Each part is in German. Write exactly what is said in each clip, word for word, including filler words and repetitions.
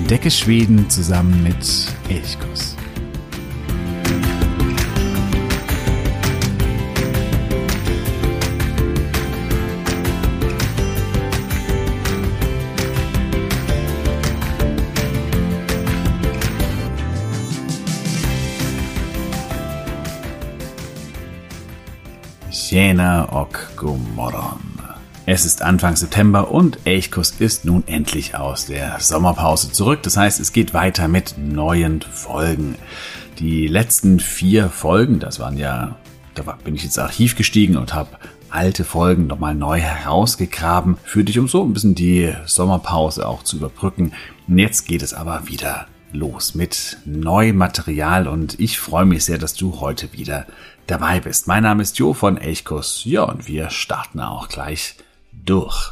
Entdecke Schweden zusammen mit Elchkuss. Tjena och god morgon. Es ist Anfang September und Elchkuss ist nun endlich aus der Sommerpause zurück. Das heißt, es geht weiter mit neuen Folgen. Die letzten vier Folgen, das waren ja, da bin ich ins Archiv gestiegen und habe alte Folgen nochmal neu herausgegraben für dich, um so ein bisschen die Sommerpause auch zu überbrücken. Und jetzt geht es aber wieder los mit neuem Material und ich freue mich sehr, dass du heute wieder dabei bist. Mein Name ist Jo von Elchkuss. Ja, und wir starten auch gleich durch.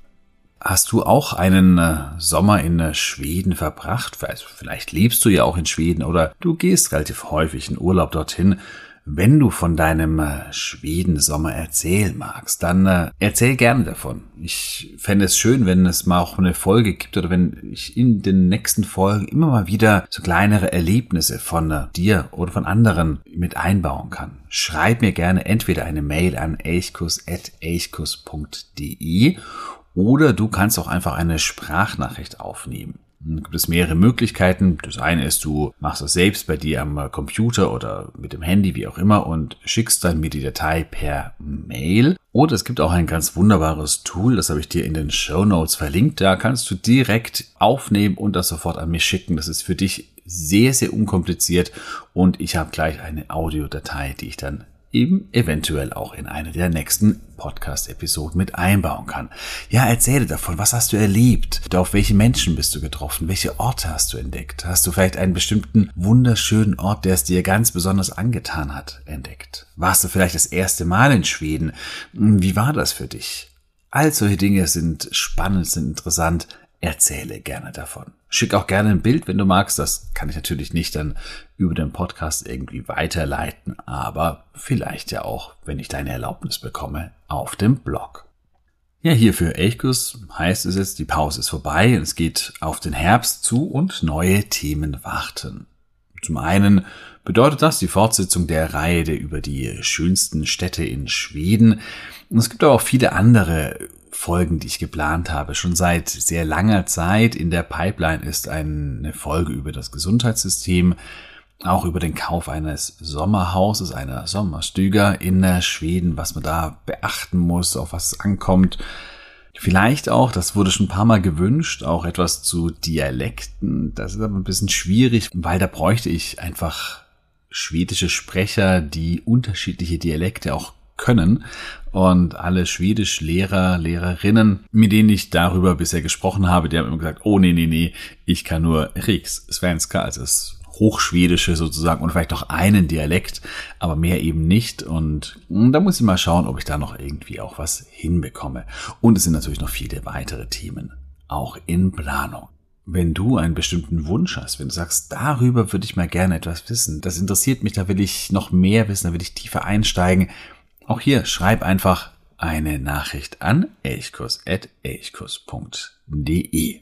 Hast du auch einen äh, Sommer in äh, Schweden verbracht? Vielleicht lebst du ja auch in Schweden oder du gehst relativ häufig in Urlaub dorthin. Wenn du von deinem äh, Schweden-Sommer erzählen magst, dann äh, erzähl gerne davon. Ich fände es schön, wenn es mal auch eine Folge gibt oder wenn ich in den nächsten Folgen immer mal wieder so kleinere Erlebnisse von äh, dir oder von anderen mit einbauen kann. Schreib mir gerne entweder eine Mail an elchkuss at elchkuss punkt de oder du kannst auch einfach eine Sprachnachricht aufnehmen. Dann gibt es mehrere Möglichkeiten. Das eine ist, du machst das selbst bei dir am Computer oder mit dem Handy, wie auch immer, und schickst dann mir die Datei per Mail. Oder es gibt auch ein ganz wunderbares Tool, das habe ich dir in den Shownotes verlinkt. Da kannst du direkt aufnehmen und das sofort an mich schicken. Das ist für dich sehr, sehr unkompliziert und ich habe gleich eine Audiodatei, die ich dann eben eventuell auch in eine der nächsten Podcast-Episoden mit einbauen kann. Ja, erzähle davon, was hast du erlebt? Auf welche Menschen bist du getroffen? Welche Orte hast du entdeckt? Hast du vielleicht einen bestimmten wunderschönen Ort, der es dir ganz besonders angetan hat, entdeckt? Warst du vielleicht das erste Mal in Schweden? Wie war das für dich? All solche Dinge sind spannend, sind interessant. Erzähle gerne davon. Schick auch gerne ein Bild, wenn du magst. Das kann ich natürlich nicht dann über den Podcast irgendwie weiterleiten, aber vielleicht ja auch, wenn ich deine Erlaubnis bekomme, auf dem Blog. Ja, hier für Elchkuss heißt es jetzt, die Pause ist vorbei und es geht auf den Herbst zu und neue Themen warten. Zum einen bedeutet das die Fortsetzung der Reihe der über die schönsten Städte in Schweden. Und es gibt aber auch viele andere Folgen, die ich geplant habe. Schon seit sehr langer Zeit in der Pipeline ist eine Folge über das Gesundheitssystem, auch über den Kauf eines Sommerhauses, einer Sommerstuga in Schweden, was man da beachten muss, auf was es ankommt. Vielleicht auch, das wurde schon ein paar Mal gewünscht, auch etwas zu Dialekten. Das ist aber ein bisschen schwierig, weil da bräuchte ich einfach schwedische Sprecher, die unterschiedliche Dialekte auch können. Und alle Schwedisch-Lehrer, Lehrerinnen, mit denen ich darüber bisher gesprochen habe, die haben immer gesagt, oh nee, nee, nee, ich kann nur Riks, Svenska, also das Hochschwedische sozusagen und vielleicht auch einen Dialekt, aber mehr eben nicht. Und da muss ich mal schauen, ob ich da noch irgendwie auch was hinbekomme. Und es sind natürlich noch viele weitere Themen, auch in Planung. Wenn du einen bestimmten Wunsch hast, wenn du sagst, darüber würde ich mal gerne etwas wissen, das interessiert mich, da will ich noch mehr wissen, da will ich tiefer einsteigen, auch hier schreib einfach eine Nachricht an elchkuss at elchkuss punkt de.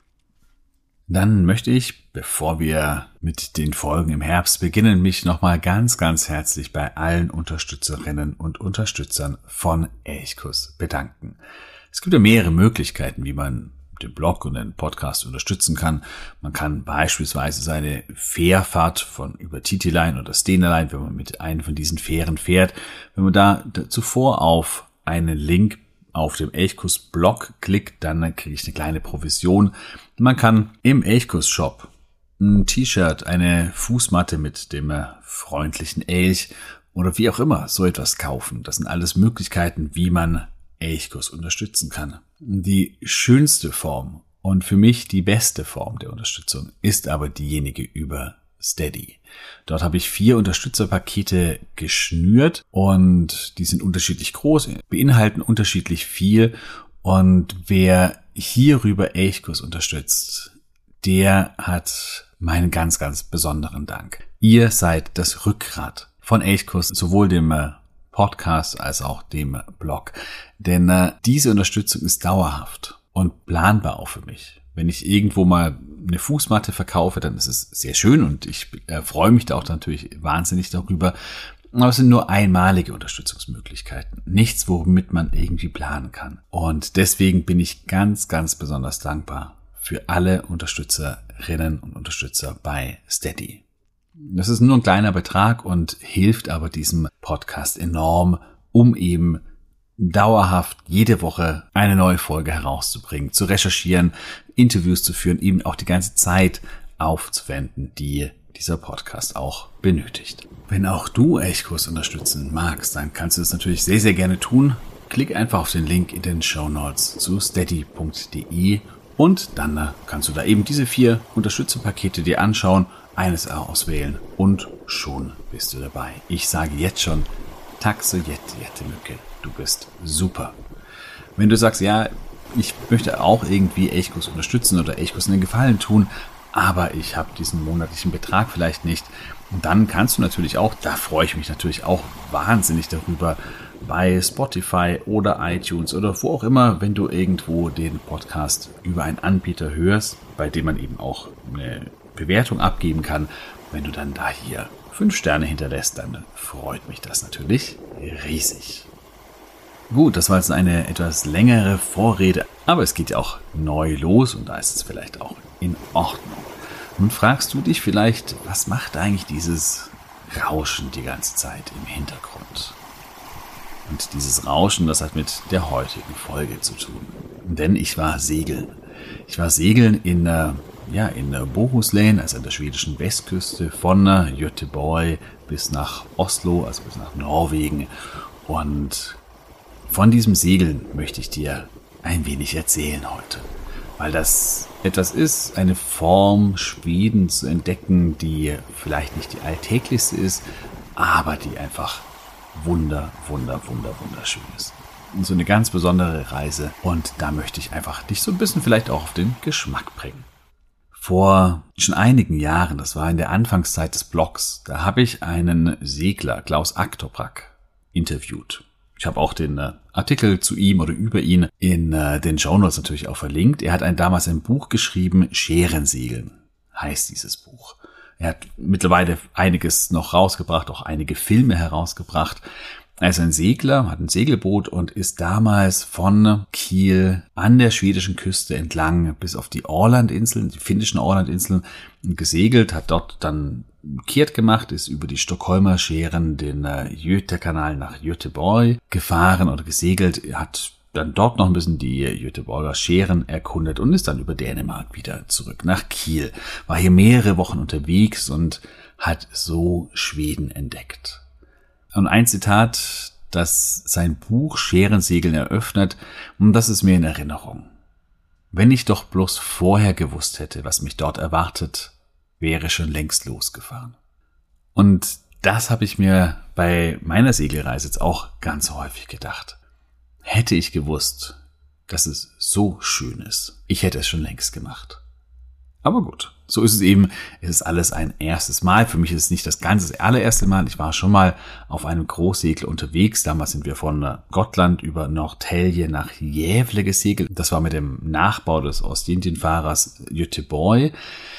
Dann möchte ich, bevor wir mit den Folgen im Herbst beginnen, mich nochmal ganz, ganz herzlich bei allen Unterstützerinnen und Unterstützern von Elchkuss bedanken. Es gibt ja mehrere Möglichkeiten, wie man den Blog und den Podcast unterstützen kann. Man kann beispielsweise seine Fährfahrt von über T T-Line oder Stena Line, wenn man mit einem von diesen Fähren fährt, wenn man da zuvor auf einen Link auf dem Elchkuss-Blog klickt, dann kriege ich eine kleine Provision. Man kann im Elchkuss-Shop ein T-Shirt, eine Fußmatte mit dem freundlichen Elch oder wie auch immer so etwas kaufen. Das sind alles Möglichkeiten, wie man Elchkuss unterstützen kann. Die schönste Form und für mich die beste Form der Unterstützung ist aber diejenige über Steady. Dort habe ich vier Unterstützerpakete geschnürt und die sind unterschiedlich groß, beinhalten unterschiedlich viel und wer hierüber Elchkuss unterstützt, der hat meinen ganz, ganz besonderen Dank. Ihr seid das Rückgrat von Elchkuss, sowohl dem Podcast als auch dem Blog. Denn äh, diese Unterstützung ist dauerhaft und planbar auch für mich. Wenn ich irgendwo mal eine Fußmatte verkaufe, dann ist es sehr schön und ich äh, freue mich da auch natürlich wahnsinnig darüber. Aber es sind nur einmalige Unterstützungsmöglichkeiten. Nichts, womit man irgendwie planen kann. Und deswegen bin ich ganz, ganz besonders dankbar für alle Unterstützerinnen und Unterstützer bei Steady. Das ist nur ein kleiner Betrag und hilft aber diesem Podcast enorm, um eben dauerhaft jede Woche eine neue Folge herauszubringen, zu recherchieren, Interviews zu führen, eben auch die ganze Zeit aufzuwenden, die dieser Podcast auch benötigt. Wenn auch du Elchkurs unterstützen magst, dann kannst du das natürlich sehr, sehr gerne tun. Klick einfach auf den Link in den Shownotes zu steady punkt de und dann kannst du da eben diese vier Unterstützerpakete dir anschauen, eines auswählen und schon bist du dabei. Ich sage jetzt schon, Taxe Jette Jette Mücke, du bist super. Wenn du sagst, ja, ich möchte auch irgendwie Elchkurs unterstützen oder Elchkurs einen Gefallen tun, aber ich habe diesen monatlichen Betrag vielleicht nicht, dann kannst du natürlich auch, da freue ich mich natürlich auch wahnsinnig darüber, bei Spotify oder iTunes oder wo auch immer, wenn du irgendwo den Podcast über einen Anbieter hörst, bei dem man eben auch eine Bewertung abgeben kann, wenn du dann da hier fünf Sterne hinterlässt, dann freut mich das natürlich riesig. Gut, das war jetzt eine etwas längere Vorrede, aber es geht ja auch neu los und da ist es vielleicht auch in Ordnung. Nun fragst du dich vielleicht, was macht eigentlich dieses Rauschen die ganze Zeit im Hintergrund? Und dieses Rauschen, das hat mit der heutigen Folge zu tun. Denn ich war segeln. Ich war segeln in, äh, ja, in Bohuslän, also an der schwedischen Westküste, von äh, Göteborg bis nach Oslo, also bis nach Norwegen. Und von diesem Segeln möchte ich dir ein wenig erzählen heute. Weil das etwas ist, eine Form Schweden zu entdecken, die vielleicht nicht die alltäglichste ist, aber die einfach wunder, wunder, wunder, wunderschön ist. Und so eine ganz besondere Reise und da möchte ich einfach dich so ein bisschen vielleicht auch auf den Geschmack bringen. Vor schon einigen Jahren, das war in der Anfangszeit des Blogs, da habe ich einen Segler, Klaus Aktoprack, interviewt. Ich habe auch den äh, Artikel zu ihm oder über ihn in äh, den Shownotes natürlich auch verlinkt. Er hat ein, damals ein Buch geschrieben, Scherensegeln heißt dieses Buch. Er hat mittlerweile einiges noch rausgebracht, auch einige Filme herausgebracht. Er ist ein Segler, hat ein Segelboot und ist damals von Kiel an der schwedischen Küste entlang bis auf die Ålandinseln, die finnischen Ålandinseln gesegelt, hat dort dann kehrt gemacht, ist über die Stockholmer Schären den äh, Götakanal nach Göteborg gefahren oder gesegelt, hat dann dort noch ein bisschen die Göteborger Schären erkundet und ist dann über Dänemark wieder zurück nach Kiel. War hier mehrere Wochen unterwegs und hat so Schweden entdeckt. Und ein Zitat, das sein Buch Scherensegeln eröffnet, und das ist mir in Erinnerung. Wenn ich doch bloß vorher gewusst hätte, was mich dort erwartet, wäre schon längst losgefahren. Und das habe ich mir bei meiner Segelreise jetzt auch ganz häufig gedacht. Hätte ich gewusst, dass es so schön ist, ich hätte es schon längst gemacht. Aber gut, so ist es eben. Es ist alles ein erstes Mal. Für mich ist es nicht das ganze das allererste Mal. Ich war schon mal auf einem Großsegler unterwegs. Damals sind wir von Gotland über Norrtälje nach Gävle gesegelt. Das war mit dem Nachbau des Ostindienfahrers Göteborg.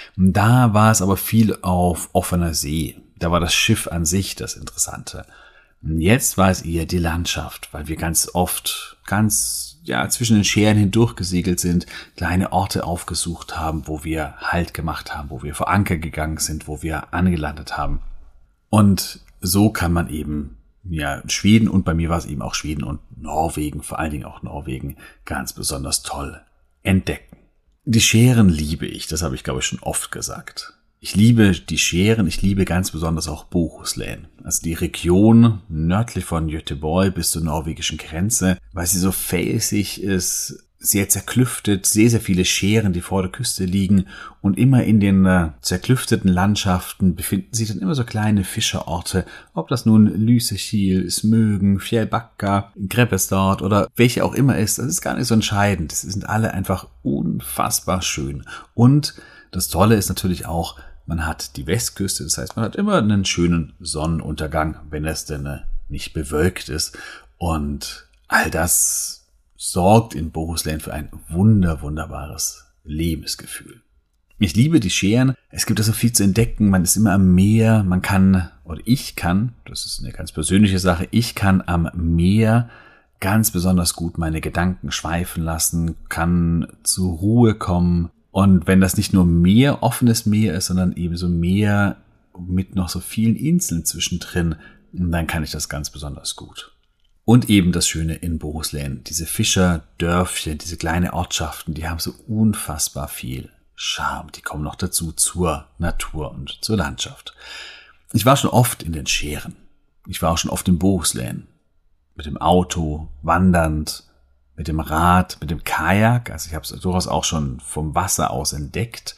Da war es aber viel auf offener See. Da war das Schiff an sich das Interessante. Jetzt war es eher die Landschaft, weil wir ganz oft ganz ja zwischen den Schären hindurch gesegelt sind, kleine Orte aufgesucht haben, wo wir Halt gemacht haben, wo wir vor Anker gegangen sind, wo wir angelandet haben. Und so kann man eben ja Schweden und bei mir war es eben auch Schweden und Norwegen, vor allen Dingen auch Norwegen, ganz besonders toll entdecken. Die Schären liebe ich, das habe ich glaube ich schon oft gesagt. Ich liebe die Schären, ich liebe ganz besonders auch Bohuslän, also die Region nördlich von Göteborg bis zur norwegischen Grenze, weil sie so felsig ist, sehr zerklüftet, sehr, sehr viele Schären, die vor der Küste liegen und immer in den äh, zerklüfteten Landschaften befinden sich dann immer so kleine Fischerorte, ob das nun Lysekil, Smögen, Fjällbacka, Grebbestad oder welche auch immer ist, das ist gar nicht so entscheidend, das sind alle einfach unfassbar schön und das Tolle ist natürlich auch, man hat die Westküste, das heißt, man hat immer einen schönen Sonnenuntergang, wenn es denn nicht bewölkt ist. Und all das sorgt in Bohuslän für ein wunder, wunderbares Lebensgefühl. Ich liebe die Scheren. Es gibt da so viel zu entdecken. Man ist immer am Meer. Man kann, oder ich kann, das ist eine ganz persönliche Sache, ich kann am Meer ganz besonders gut meine Gedanken schweifen lassen, kann zur Ruhe kommen. Und wenn das nicht nur Meer, offenes Meer ist, sondern eben so Meer mit noch so vielen Inseln zwischendrin, dann kann ich das ganz besonders gut. Und eben das Schöne in Bohuslän, diese Fischerdörfchen, diese kleinen Ortschaften, die haben so unfassbar viel Charme. Die kommen noch dazu zur Natur und zur Landschaft. Ich war schon oft in den Scheren. Ich war auch schon oft in Bohuslän. Mit dem Auto, wandernd, mit dem Rad, mit dem Kajak. Also ich habe es durchaus auch schon vom Wasser aus entdeckt,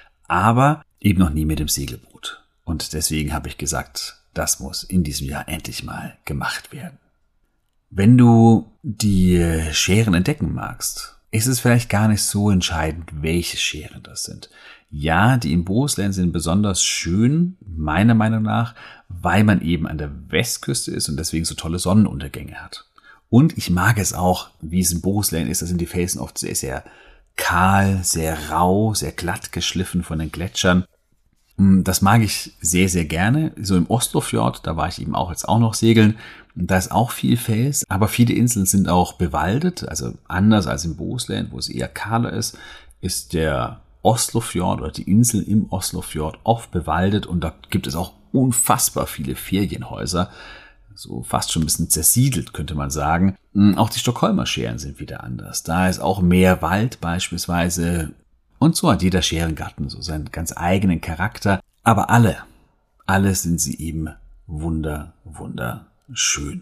aber eben noch nie mit dem Segelboot. Und deswegen habe ich gesagt, das muss in diesem Jahr endlich mal gemacht werden. Wenn du die Scheren entdecken magst, ist es vielleicht gar nicht so entscheidend, welche Scheren das sind. Ja, die in Bohuslän sind besonders schön, meiner Meinung nach, weil man eben an der Westküste ist und deswegen so tolle Sonnenuntergänge hat. Und ich mag es auch, wie es in Bohuslän ist, da sind die Felsen oft sehr, sehr kahl, sehr rau, sehr glatt geschliffen von den Gletschern. Das mag ich sehr, sehr gerne. So im Oslofjord, da war ich eben auch jetzt auch noch segeln. Da ist auch viel Fels, aber viele Inseln sind auch bewaldet. Also anders als in Bohuslän, wo es eher kahler ist, ist der Oslofjord oder die Insel im Oslofjord oft bewaldet. Und da gibt es auch unfassbar viele Ferienhäuser. So fast schon ein bisschen zersiedelt, könnte man sagen. Auch die Stockholmer Scheren sind wieder anders. Da ist auch mehr Wald beispielsweise. Und so hat jeder Scherengarten so seinen ganz eigenen Charakter. Aber alle, alle sind sie eben wunder, wunderschön.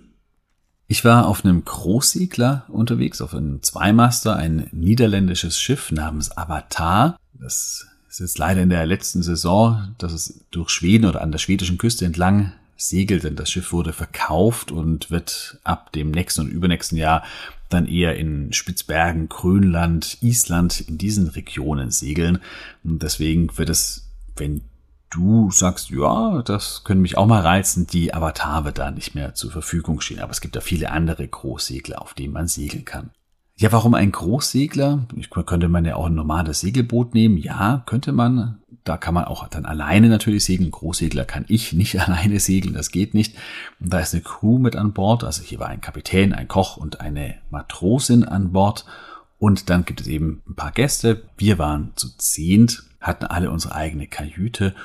Ich war auf einem Großsegler unterwegs, auf einem Zweimaster, ein niederländisches Schiff namens Avatar. Das ist jetzt leider in der letzten Saison, dass es durch Schweden oder an der schwedischen Küste entlang segelt, denn das Schiff wurde verkauft und wird ab dem nächsten und übernächsten Jahr dann eher in Spitzbergen, Grönland, Island, in diesen Regionen segeln. Und deswegen wird es, wenn du sagst, ja, das könnte mich auch mal reizen, die Avatar wird da nicht mehr zur Verfügung stehen. Aber es gibt da viele andere Großsegler, auf denen man segeln kann. Ja, warum ein Großsegler? Ich, könnte man ja auch ein normales Segelboot nehmen. Ja, könnte man. Da kann man auch dann alleine natürlich segeln. Großsegler kann ich nicht alleine segeln, das geht nicht. Und da ist eine Crew mit an Bord. Also hier war ein Kapitän, ein Koch und eine Matrosin an Bord. Und dann gibt es eben ein paar Gäste. Wir waren zu zehnt, hatten alle unsere eigene Kajüte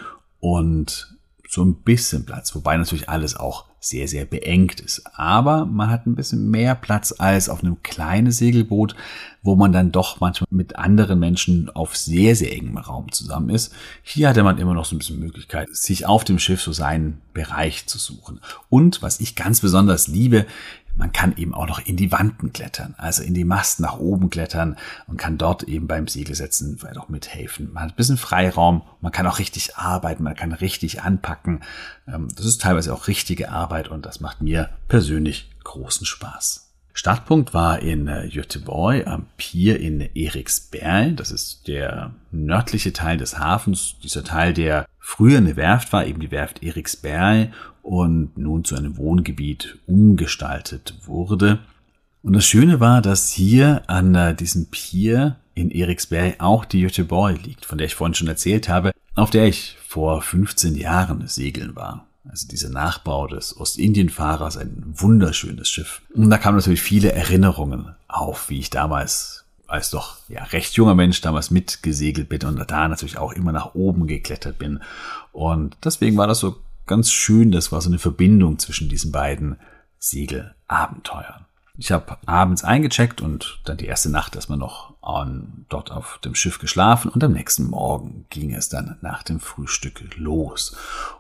und so ein bisschen Platz. Wobei natürlich alles auch sehr, sehr beengt ist. Aber man hat ein bisschen mehr Platz als auf einem kleinen Segelboot, wo man dann doch manchmal mit anderen Menschen auf sehr, sehr engem Raum zusammen ist. Hier hatte man immer noch so ein bisschen Möglichkeit, sich auf dem Schiff so seinen Bereich zu suchen. Und was ich ganz besonders liebe, man kann eben auch noch in die Wanten klettern, also in die Mast nach oben klettern und kann dort eben beim Segelsetzen vielleicht auch mithelfen. Man hat ein bisschen Freiraum, man kann auch richtig arbeiten, man kann richtig anpacken. Das ist teilweise auch richtige Arbeit und das macht mir persönlich großen Spaß. Startpunkt war in Göteborg am Pier in Eriksberg. Das ist der nördliche Teil des Hafens. Dieser Teil, der früher eine Werft war, eben die Werft Eriksberg und nun zu einem Wohngebiet umgestaltet wurde. Und das Schöne war, dass hier an diesem Pier in Eriksberg auch die Göteborg liegt, von der ich vorhin schon erzählt habe, auf der ich vor fünfzehn Jahren segeln war. Also dieser Nachbau des Ostindienfahrers, ein wunderschönes Schiff. Und da kamen natürlich viele Erinnerungen auf, wie ich damals als doch ja recht junger Mensch damals mitgesegelt bin und da natürlich auch immer nach oben geklettert bin. Und deswegen war das so ganz schön, das war so eine Verbindung zwischen diesen beiden Segelabenteuern. Ich habe abends eingecheckt und dann die erste Nacht erstmal noch an, dort auf dem Schiff geschlafen und am nächsten Morgen ging es dann nach dem Frühstück los.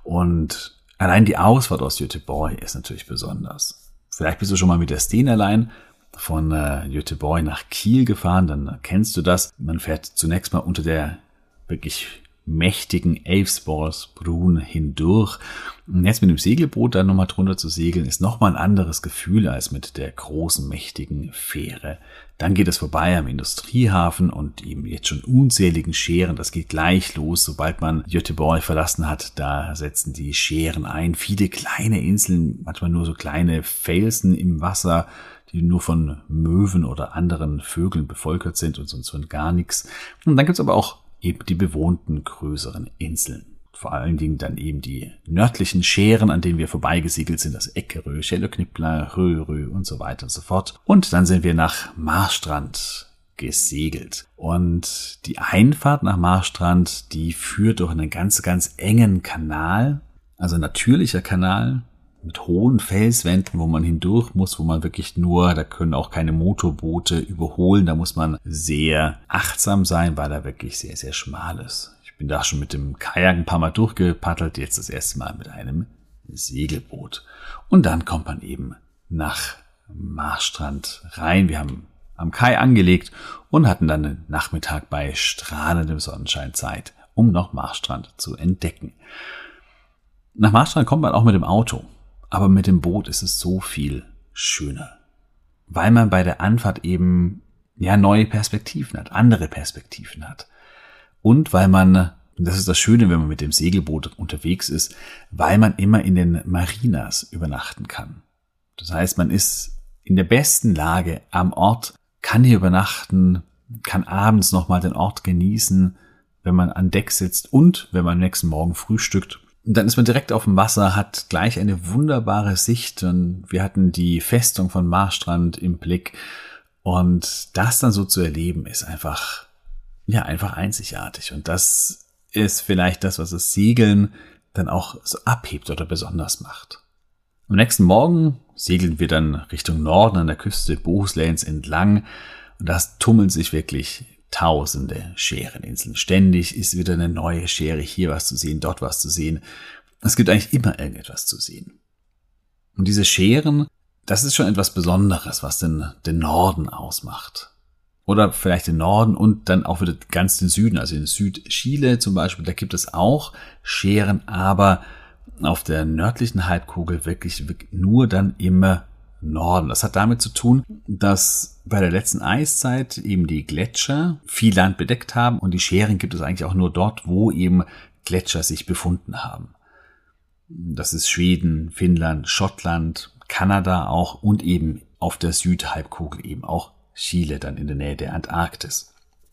Und allein die Ausfahrt aus Göteborg ist natürlich besonders. Vielleicht bist du schon mal mit der Stena Line von äh, Göteborg nach Kiel gefahren, dann kennst du das. Man fährt zunächst mal unter der wirklich mächtigen Elfsborgsbrun hindurch. Und jetzt mit dem Segelboot da nochmal drunter zu segeln, ist nochmal ein anderes Gefühl als mit der großen, mächtigen Fähre. Dann geht es vorbei am Industriehafen und eben jetzt schon unzähligen Schären. Das geht gleich los, sobald man Göteborg verlassen hat. Da setzen die Schären ein. Viele kleine Inseln, manchmal nur so kleine Felsen im Wasser, die nur von Möwen oder anderen Vögeln bevölkert sind und sonst von gar nichts. Und dann gibt's aber auch eben die bewohnten größeren Inseln. Vor allen Dingen dann eben die nördlichen Schären, an denen wir vorbeigesegelt sind, das Eckerö, Schelleknüppler, Rörö und so weiter und so fort. Und dann sind wir nach Marstrand gesegelt. Und die Einfahrt nach Marstrand, die führt durch einen ganz, ganz engen Kanal, also ein natürlicher Kanal mit hohen Felswänden, wo man hindurch muss, wo man wirklich nur, da können auch keine Motorboote überholen, da muss man sehr achtsam sein, weil er wirklich sehr, sehr schmal ist. Ich bin da schon mit dem Kajak ein paar Mal durchgepaddelt, jetzt das erste Mal mit einem Segelboot. Und dann kommt man eben nach Marstrand rein. Wir haben am Kai angelegt und hatten dann den Nachmittag bei strahlendem Sonnenschein Zeit, um noch Marstrand zu entdecken. Nach Marstrand kommt man auch mit dem Auto, aber mit dem Boot ist es so viel schöner, weil man bei der Anfahrt eben ja neue Perspektiven hat, andere Perspektiven hat. Und weil man, das ist das Schöne, wenn man mit dem Segelboot unterwegs ist, weil man immer in den Marinas übernachten kann. Das heißt, man ist in der besten Lage am Ort, kann hier übernachten, kann abends nochmal den Ort genießen, wenn man an Deck sitzt und wenn man am nächsten Morgen frühstückt. Und dann ist man direkt auf dem Wasser, hat gleich eine wunderbare Sicht. Und wir hatten die Festung von Marstrand im Blick. Und das dann so zu erleben, ist einfach, ja, einfach einzigartig. Und das ist vielleicht das, was das Segeln dann auch so abhebt oder besonders macht. Am nächsten Morgen segeln wir dann Richtung Norden an der Küste Bohusläns entlang. Und das tummeln sich wirklich tausende Schäreninseln. Ständig ist wieder eine neue Schäre, hier was zu sehen, dort was zu sehen. Es gibt eigentlich immer irgendetwas zu sehen. Und diese Schären, das ist schon etwas Besonderes, was den, den Norden ausmacht. Oder vielleicht den Norden und dann auch wieder ganz den Süden, also in Südchile zum Beispiel, da gibt es auch Schären, aber auf der nördlichen Halbkugel wirklich nur dann im Norden. Das hat damit zu tun, dass bei der letzten Eiszeit eben die Gletscher viel Land bedeckt haben und die Schären gibt es eigentlich auch nur dort, wo eben Gletscher sich befunden haben. Das ist Schweden, Finnland, Schottland, Kanada auch und eben auf der Südhalbkugel eben auch Chile, dann in der Nähe der Antarktis.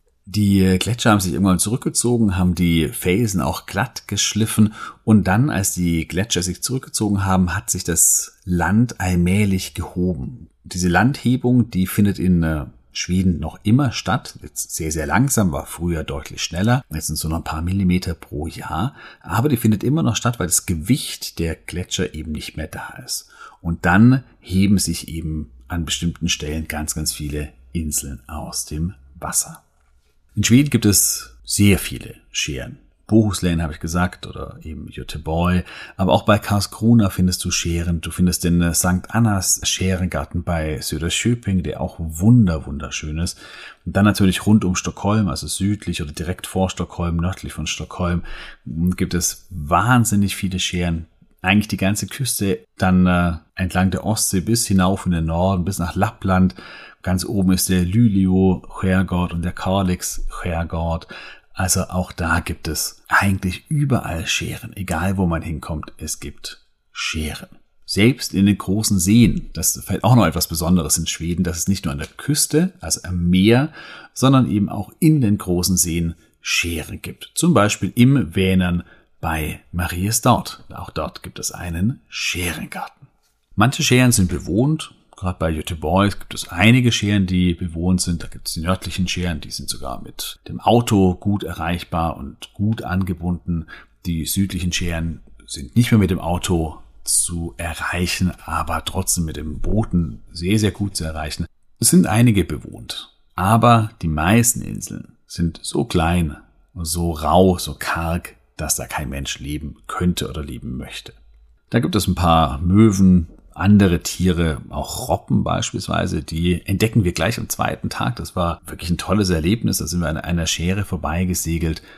Die Gletscher haben sich irgendwann zurückgezogen, haben die Felsen auch glatt geschliffen und dann, als die Gletscher sich zurückgezogen haben, hat sich das Land allmählich gehoben. Diese Landhebung, die findet in Schweden noch immer statt, jetzt sehr, sehr langsam, war früher deutlich schneller, jetzt sind es so noch ein paar Millimeter pro Jahr, aber die findet immer noch statt, weil das Gewicht der Gletscher eben nicht mehr da ist. Und dann heben sich eben an bestimmten Stellen ganz, ganz viele Inseln aus dem Wasser. In Schweden gibt es sehr viele Schären. Bohuslän habe ich gesagt oder eben Göteborg, aber auch bei Karlskrona findest du Schären. Du findest den Sankt Annas Schärengarten bei Söderköping, der auch wunder wunderschön ist. Und dann natürlich rund um Stockholm, also südlich oder direkt vor Stockholm, nördlich von Stockholm, gibt es wahnsinnig viele Schären. Eigentlich die ganze Küste, dann äh, entlang der Ostsee bis hinauf in den Norden, bis nach Lappland. Ganz oben ist der Luleå-Skärgård und der Kalix-Skärgård. Also auch da gibt es eigentlich überall Schären. Egal wo man hinkommt, es gibt Schären. Selbst in den großen Seen, das ist vielleicht auch noch etwas Besonderes in Schweden, dass es nicht nur an der Küste, also am Meer, sondern eben auch in den großen Seen Schären gibt. Zum Beispiel im Vänern bei Mariestad. Auch dort gibt es einen Schärengarten. Manche Schären sind bewohnt. Gerade bei Göteborg gibt es einige Schären, die bewohnt sind. Da gibt es die nördlichen Schären, die sind sogar mit dem Auto gut erreichbar und gut angebunden. Die südlichen Schären sind nicht mehr mit dem Auto zu erreichen, aber trotzdem mit dem Booten sehr, sehr gut zu erreichen. Es sind einige bewohnt, aber die meisten Inseln sind so klein, so rau, so karg, dass da kein Mensch leben könnte oder leben möchte. Da gibt es ein paar Möwen, andere Tiere, auch Robben beispielsweise, die entdecken wir gleich am zweiten Tag. Das war wirklich ein tolles Erlebnis. Da sind wir an einer Schäre vorbeigesegelt,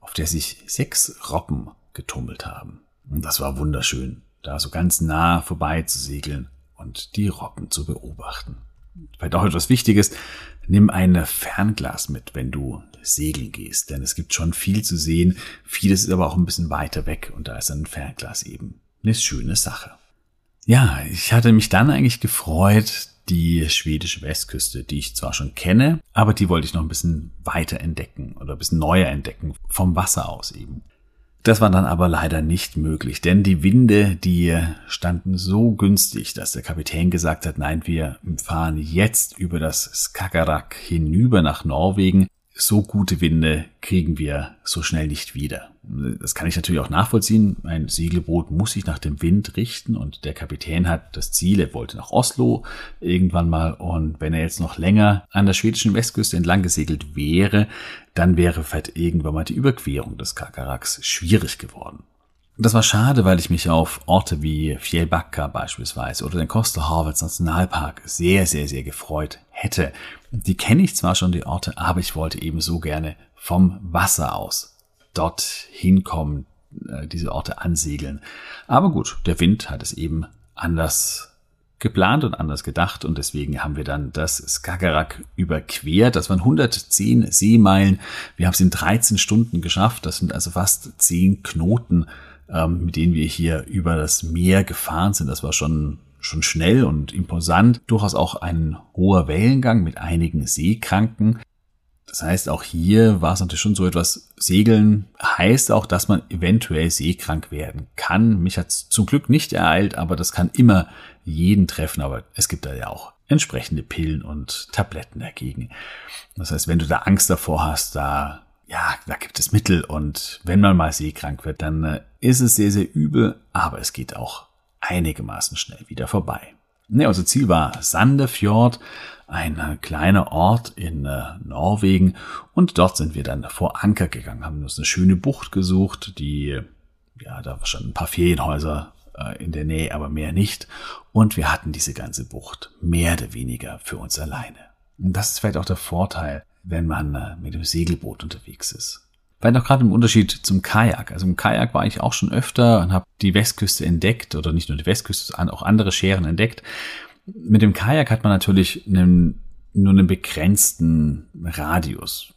auf der sich sechs Robben getummelt haben. Und das war wunderschön, da so ganz nah vorbei zu segeln und die Robben zu beobachten. Vielleicht auch etwas Wichtiges, nimm ein Fernglas mit, wenn du segeln gehst, denn es gibt schon viel zu sehen, vieles ist aber auch ein bisschen weiter weg und da ist ein Fernglas eben eine schöne Sache. Ja, ich hatte mich dann eigentlich gefreut, die schwedische Westküste, die ich zwar schon kenne, aber die wollte ich noch ein bisschen weiter entdecken oder ein bisschen neuer entdecken, vom Wasser aus eben. Das war dann aber leider nicht möglich, denn die Winde, die standen so günstig, dass der Kapitän gesagt hat, nein, wir fahren jetzt über das Skagerrak hinüber nach Norwegen. So gute Winde kriegen wir so schnell nicht wieder. Das kann ich natürlich auch nachvollziehen. Ein Segelboot muss sich nach dem Wind richten und der Kapitän hat das Ziel, er wollte nach Oslo irgendwann mal, und wenn er jetzt noch länger an der schwedischen Westküste entlang gesegelt wäre, dann wäre vielleicht irgendwann mal die Überquerung des Skagerraks schwierig geworden. Das war schade, weil ich mich auf Orte wie Fjällbacka beispielsweise oder den Kosterhavets Nationalpark sehr, sehr, sehr gefreut hätte. Die kenne ich zwar schon, die Orte, aber ich wollte eben so gerne vom Wasser aus dort hinkommen, diese Orte ansegeln. Aber gut, der Wind hat es eben anders geplant und anders gedacht und deswegen haben wir dann das Skagerrak überquert. Das waren hundertzehn Seemeilen. Wir haben es in dreizehn Stunden geschafft. Das sind also fast zehn Knoten, mit denen wir hier über das Meer gefahren sind. Das war schon schon schnell und imposant. Durchaus auch ein hoher Wellengang mit einigen Seekranken. Das heißt, auch hier war es natürlich schon so etwas, Segeln heißt auch, dass man eventuell seekrank werden kann. Mich hat es zum Glück nicht ereilt, aber das kann immer jeden treffen. Aber es gibt da ja auch entsprechende Pillen und Tabletten dagegen. Das heißt, wenn du da Angst davor hast, da ja, da gibt es Mittel und wenn man mal seekrank wird, dann äh, ist es sehr, sehr übel, aber es geht auch einigermaßen schnell wieder vorbei. Ne, unser Ziel war Sandefjord, ein äh, kleiner Ort in äh, Norwegen und dort sind wir dann vor Anker gegangen, haben uns eine schöne Bucht gesucht, die, ja, da standen ein paar Ferienhäuser äh, in der Nähe, aber mehr nicht und wir hatten diese ganze Bucht mehr oder weniger für uns alleine. Und das ist vielleicht auch der Vorteil, wenn man mit dem Segelboot unterwegs ist. Vielleicht auch gerade im Unterschied zum Kajak. Also im Kajak war ich auch schon öfter und habe die Westküste entdeckt oder nicht nur die Westküste, sondern auch andere Schären entdeckt. Mit dem Kajak hat man natürlich einen, nur einen begrenzten Radius.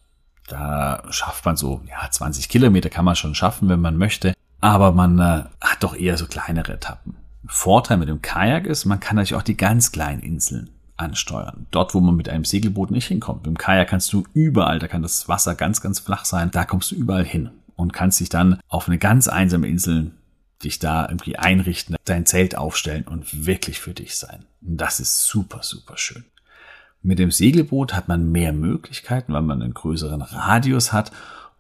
Da schafft man so, ja, zwanzig Kilometer kann man schon schaffen, wenn man möchte. Aber man äh, hat doch eher so kleinere Etappen. Vorteil mit dem Kajak ist, man kann natürlich auch die ganz kleinen Inseln ansteuern. Dort, wo man mit einem Segelboot nicht hinkommt. Mit dem Kajak kannst du überall, da kann das Wasser ganz, ganz flach sein, da kommst du überall hin und kannst dich dann auf eine ganz einsame Insel dich da irgendwie einrichten, dein Zelt aufstellen und wirklich für dich sein. Und das ist super, super schön. Mit dem Segelboot hat man mehr Möglichkeiten, weil man einen größeren Radius hat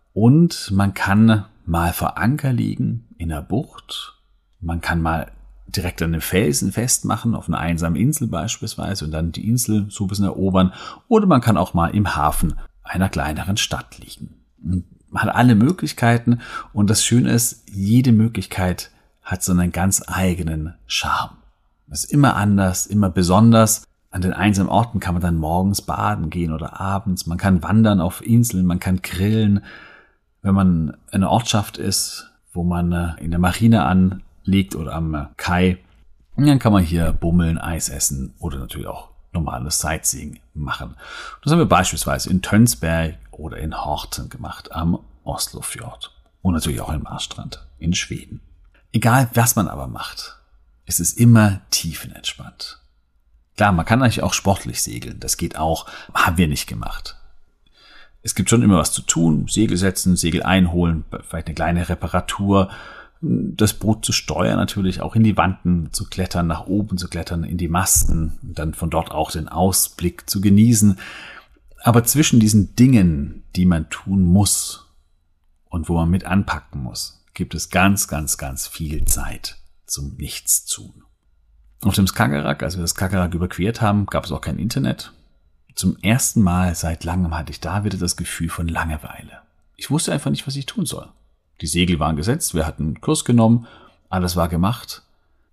und man kann mal vor Anker liegen in der Bucht. Man kann mal direkt an den Felsen festmachen, auf einer einsamen Insel beispielsweise und dann die Insel so ein bisschen erobern. Oder man kann auch mal im Hafen einer kleineren Stadt liegen. Und man hat alle Möglichkeiten und das Schöne ist, jede Möglichkeit hat so einen ganz eigenen Charme. Das ist immer anders, immer besonders. An den einsamen Orten kann man dann morgens baden gehen oder abends. Man kann wandern auf Inseln, man kann grillen. Wenn man in einer Ortschaft ist, wo man in der Marine an liegt oder am Kai. Und dann kann man hier bummeln, Eis essen oder natürlich auch normales Sightseeing machen. Das haben wir beispielsweise in Tönsberg oder in Horten gemacht, am Oslofjord. Und natürlich auch im Marstrand in Schweden. Egal, was man aber macht, es ist immer tiefenentspannt. Klar, man kann eigentlich auch sportlich segeln. Das geht auch. Haben wir nicht gemacht. Es gibt schon immer was zu tun. Segel setzen, Segel einholen, vielleicht eine kleine Reparatur, das Boot zu steuern, natürlich auch in die Wanten zu klettern, nach oben zu klettern, in die Masten und dann von dort auch den Ausblick zu genießen. Aber zwischen diesen Dingen, die man tun muss und wo man mit anpacken muss, gibt es ganz, ganz, ganz viel Zeit zum Nichtstun. Auf dem Skagerrak, als wir das Skagerrak überquert haben, gab es auch kein Internet. Zum ersten Mal seit langem hatte ich da wieder das Gefühl von Langeweile. Ich wusste einfach nicht, was ich tun soll. Die Segel waren gesetzt, wir hatten einen Kurs genommen, alles war gemacht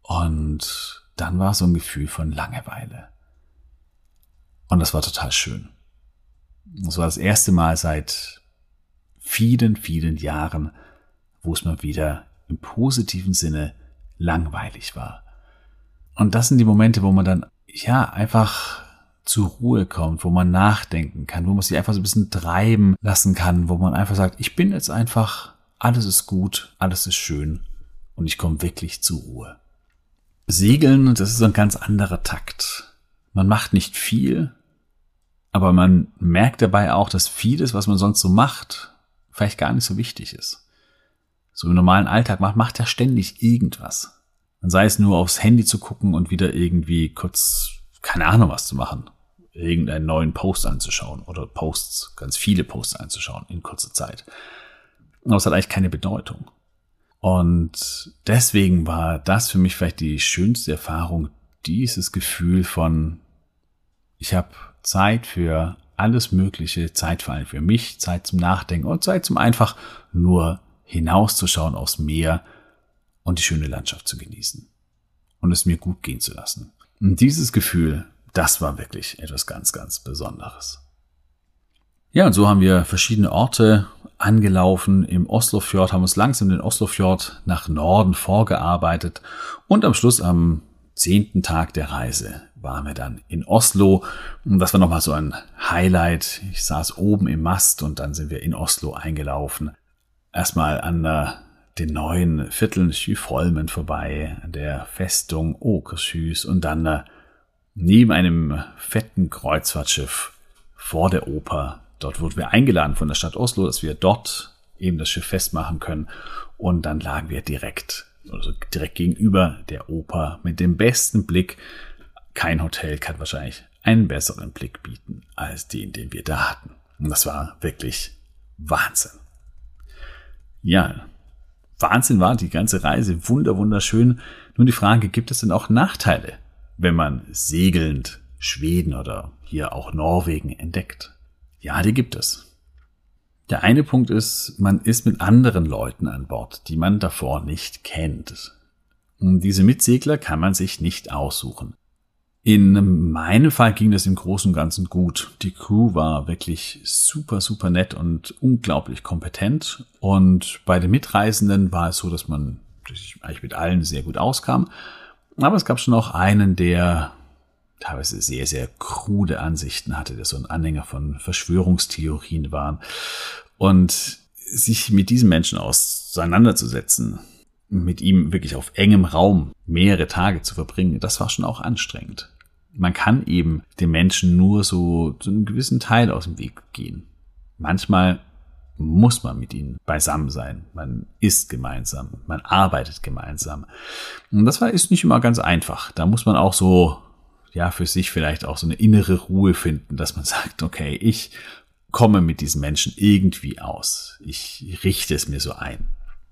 und dann war so ein Gefühl von Langeweile. Und das war total schön. Das war das erste Mal seit vielen, vielen Jahren, wo es mal wieder im positiven Sinne langweilig war. Und das sind die Momente, wo man dann ja einfach zur Ruhe kommt, wo man nachdenken kann, wo man sich einfach so ein bisschen treiben lassen kann, wo man einfach sagt, ich bin jetzt einfach, alles ist gut, alles ist schön und ich komme wirklich zur Ruhe. Segeln, das ist so ein ganz anderer Takt. Man macht nicht viel, aber man merkt dabei auch, dass vieles, was man sonst so macht, vielleicht gar nicht so wichtig ist. So im normalen Alltag macht, macht ja ständig irgendwas. Und sei es nur aufs Handy zu gucken und wieder irgendwie kurz, keine Ahnung was zu machen, irgendeinen neuen Post anzuschauen oder Posts, ganz viele Posts anzuschauen in kurzer Zeit. Aber es hat eigentlich keine Bedeutung. Und deswegen war das für mich vielleicht die schönste Erfahrung, dieses Gefühl von, ich habe Zeit für alles Mögliche, Zeit vor allem für mich, Zeit zum Nachdenken und Zeit zum einfach nur hinauszuschauen aufs Meer und die schöne Landschaft zu genießen und es mir gut gehen zu lassen. Und dieses Gefühl, das war wirklich etwas ganz, ganz Besonderes. Ja, und so haben wir verschiedene Orte angelaufen im Oslofjord, haben uns langsam den Oslofjord nach Norden vorgearbeitet und am Schluss am zehnten Tag der Reise waren wir dann in Oslo. Und das war nochmal so ein Highlight. Ich saß oben im Mast und dann sind wir in Oslo eingelaufen. Erstmal an der, den neuen Vierteln Skyholmen vorbei, an der Festung Åkershus und dann äh, neben einem fetten Kreuzfahrtschiff vor der Oper. Dort wurden wir eingeladen von der Stadt Oslo, dass wir dort eben das Schiff festmachen können. Und dann lagen wir direkt, also direkt gegenüber der Oper mit dem besten Blick. Kein Hotel kann wahrscheinlich einen besseren Blick bieten als den, den wir da hatten. Und das war wirklich Wahnsinn. Ja, Wahnsinn war die ganze Reise, wunder, wunderschön. Nun die Frage, gibt es denn auch Nachteile, wenn man segelnd Schweden oder hier auch Norwegen entdeckt? Ja, die gibt es. Der eine Punkt ist, man ist mit anderen Leuten an Bord, die man davor nicht kennt. Und diese Mitsegler kann man sich nicht aussuchen. In meinem Fall ging das im Großen und Ganzen gut. Die Crew war wirklich super, super nett und unglaublich kompetent. Und bei den Mitreisenden war es so, dass man sich eigentlich mit allen sehr gut auskam. Aber es gab schon auch einen, der teilweise sehr, sehr krude Ansichten hatte, der so ein Anhänger von Verschwörungstheorien war. Und sich mit diesem Menschen auseinanderzusetzen, mit ihm wirklich auf engem Raum mehrere Tage zu verbringen, das war schon auch anstrengend. Man kann eben dem Menschen nur so, so einen gewissen Teil aus dem Weg gehen. Manchmal muss man mit ihnen beisammen sein. Man isst gemeinsam, man arbeitet gemeinsam. Und das war, ist nicht immer ganz einfach. Da muss man auch so, ja, für sich vielleicht auch so eine innere Ruhe finden, dass man sagt, okay, ich komme mit diesen Menschen irgendwie aus. Ich richte es mir so ein.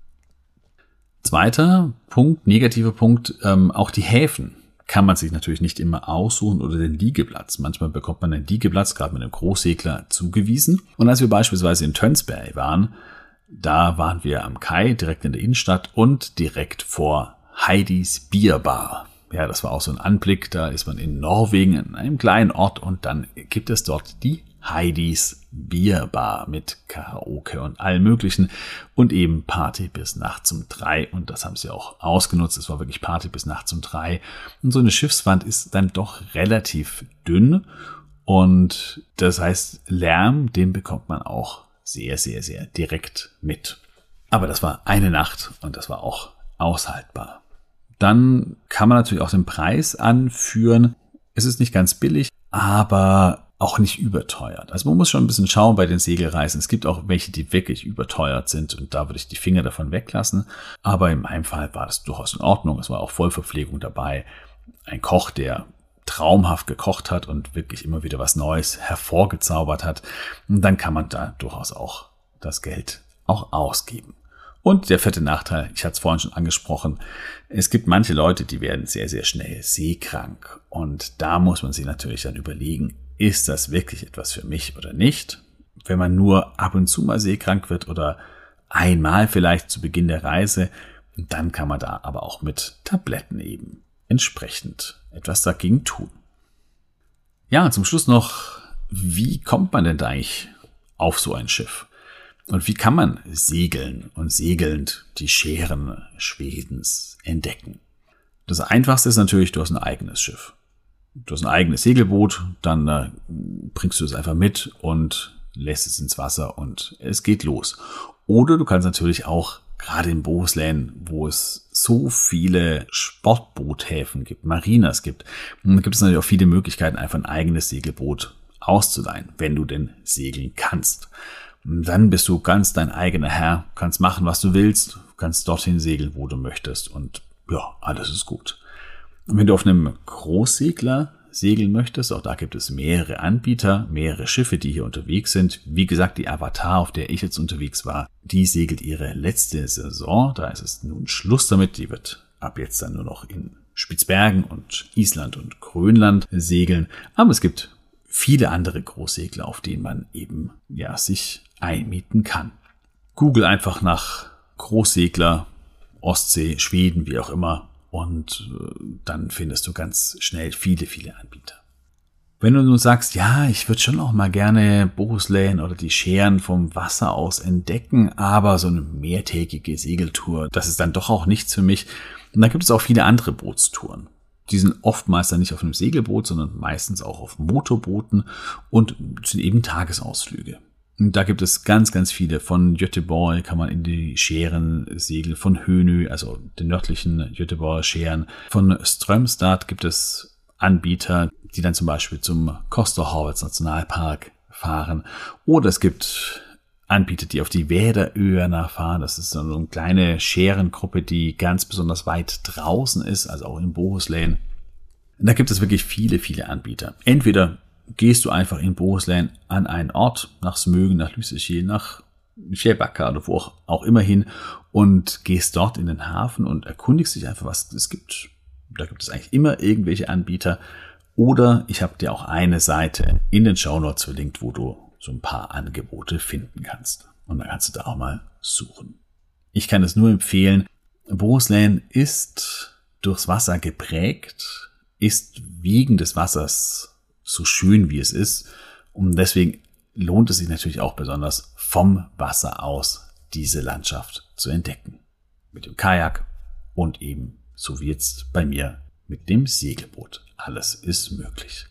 Zweiter Punkt, negativer Punkt, ähm, auch die Häfen kann man sich natürlich nicht immer aussuchen oder den Liegeplatz. Manchmal bekommt man einen Liegeplatz, gerade mit einem Großsegler, zugewiesen. Und als wir beispielsweise in Tønsberg waren, da waren wir am Kai, direkt in der Innenstadt und direkt vor Heidis Bierbar. Ja, das war auch so ein Anblick, da ist man in Norwegen, in einem kleinen Ort und dann gibt es dort die Heidis Bierbar mit Karaoke und allem Möglichen und eben Party bis nachts um drei und das haben sie auch ausgenutzt. Es war wirklich Party bis nachts um drei und so eine Schiffswand ist dann doch relativ dünn und das heißt Lärm, den bekommt man auch sehr, sehr, sehr direkt mit. Aber das war eine Nacht und das war auch aushaltbar. Dann kann man natürlich auch den Preis anführen. Es ist nicht ganz billig, aber auch nicht überteuert. Also man muss schon ein bisschen schauen bei den Segelreisen. Es gibt auch welche, die wirklich überteuert sind und da würde ich die Finger davon weglassen. Aber in meinem Fall war das durchaus in Ordnung. Es war auch Vollverpflegung dabei. Ein Koch, der traumhaft gekocht hat und wirklich immer wieder was Neues hervorgezaubert hat. Und dann kann man da durchaus auch das Geld auch ausgeben. Und der vierte Nachteil, ich hatte es vorhin schon angesprochen, es gibt manche Leute, die werden sehr, sehr schnell seekrank. Und da muss man sich natürlich dann überlegen, ist das wirklich etwas für mich oder nicht? Wenn man nur ab und zu mal seekrank wird oder einmal vielleicht zu Beginn der Reise, dann kann man da aber auch mit Tabletten eben entsprechend etwas dagegen tun. Ja, zum Schluss noch, wie kommt man denn da eigentlich auf so ein Schiff? Und wie kann man segeln und segelnd die Schären Schwedens entdecken? Das Einfachste ist natürlich, du hast ein eigenes Schiff. Du hast ein eigenes Segelboot, dann äh, bringst du es einfach mit und lässt es ins Wasser und es geht los. Oder du kannst natürlich auch, gerade in Bohuslän, wo es so viele Sportboothäfen gibt, Marinas gibt, da gibt es natürlich auch viele Möglichkeiten, einfach ein eigenes Segelboot auszuleihen, wenn du denn segeln kannst. Dann bist du ganz dein eigener Herr, kannst machen, was du willst, kannst dorthin segeln, wo du möchtest und ja, alles ist gut. Und wenn du auf einem Großsegler segeln möchtest, auch da gibt es mehrere Anbieter, mehrere Schiffe, die hier unterwegs sind. Wie gesagt, die Avatar, auf der ich jetzt unterwegs war, die segelt ihre letzte Saison. Da ist es nun Schluss damit. Die wird ab jetzt dann nur noch in Spitzbergen und Island und Grönland segeln. Aber es gibt viele andere Großsegler, auf denen man eben ja sich einmieten kann. Google einfach nach Großsegler, Ostsee, Schweden, wie auch immer. Und dann findest du ganz schnell viele, viele Anbieter. Wenn du nun sagst, ja, ich würde schon auch mal gerne Bohuslän oder die Schären vom Wasser aus entdecken, aber so eine mehrtägige Segeltour, das ist dann doch auch nichts für mich. Und dann gibt es auch viele andere Bootstouren. Die sind oftmals dann nicht auf einem Segelboot, sondern meistens auch auf Motorbooten und sind eben Tagesausflüge. Und da gibt es ganz, ganz viele. Von Göteborg kann man in die Schären segeln, von Hönö, also den nördlichen Göteborger Schären. Von Strömstad gibt es Anbieter, die dann zum Beispiel zum Kosterhavets Nationalpark fahren. Oder es gibt Anbieter, die auf die Väderöarna fahren. Das ist so eine kleine Schärengruppe, die ganz besonders weit draußen ist, also auch in Bohuslän. Und da gibt es wirklich viele, viele Anbieter. Entweder gehst du einfach in Bohuslän an einen Ort, nach Smögen, nach Lysekil, nach Skälbacka oder wo auch, auch immer hin und gehst dort in den Hafen und erkundigst dich einfach, was es gibt. Da gibt es eigentlich immer irgendwelche Anbieter. Oder ich habe dir auch eine Seite in den Shownotes verlinkt, wo du so ein paar Angebote finden kannst. Und dann kannst du da auch mal suchen. Ich kann es nur empfehlen. Bohuslän ist durchs Wasser geprägt, ist wegen des Wassers so schön wie es ist. Und deswegen lohnt es sich natürlich auch besonders, vom Wasser aus diese Landschaft zu entdecken. Mit dem Kajak und eben, so wie jetzt bei mir, mit dem Segelboot. Alles ist möglich.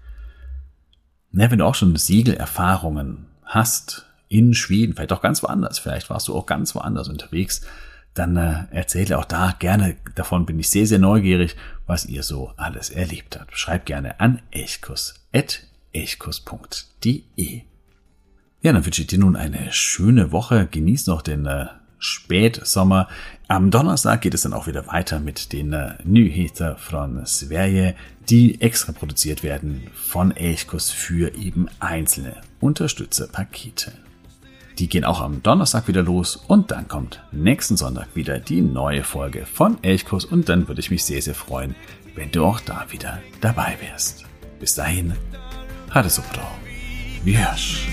Na, wenn du auch schon Segelerfahrungen hast in Schweden, vielleicht auch ganz woanders, vielleicht warst du auch ganz woanders unterwegs, dann äh, erzähle auch da gerne davon, bin ich sehr, sehr neugierig, was ihr so alles erlebt habt. Schreibt gerne an elchkuss at elchkuss punkt de. Ja, dann wünsche ich dir nun eine schöne Woche. Genieß noch den äh, Spätsommer. Am Donnerstag geht es dann auch wieder weiter mit den äh, Nyheter von Sverige, die extra produziert werden von Elchkuss für eben einzelne Unterstützerpakete. Die gehen auch am Donnerstag wieder los und dann kommt nächsten Sonntag wieder die neue Folge von Elchkuss und dann würde ich mich sehr, sehr freuen, wenn du auch da wieder dabei wärst. Bis dahin, ha det så bra. Vi hörs.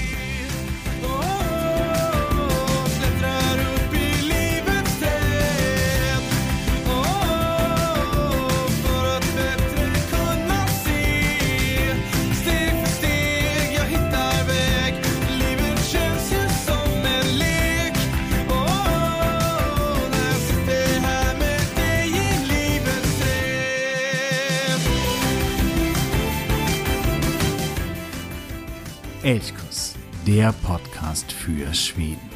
Elchkuss, der Podcast für Schweden.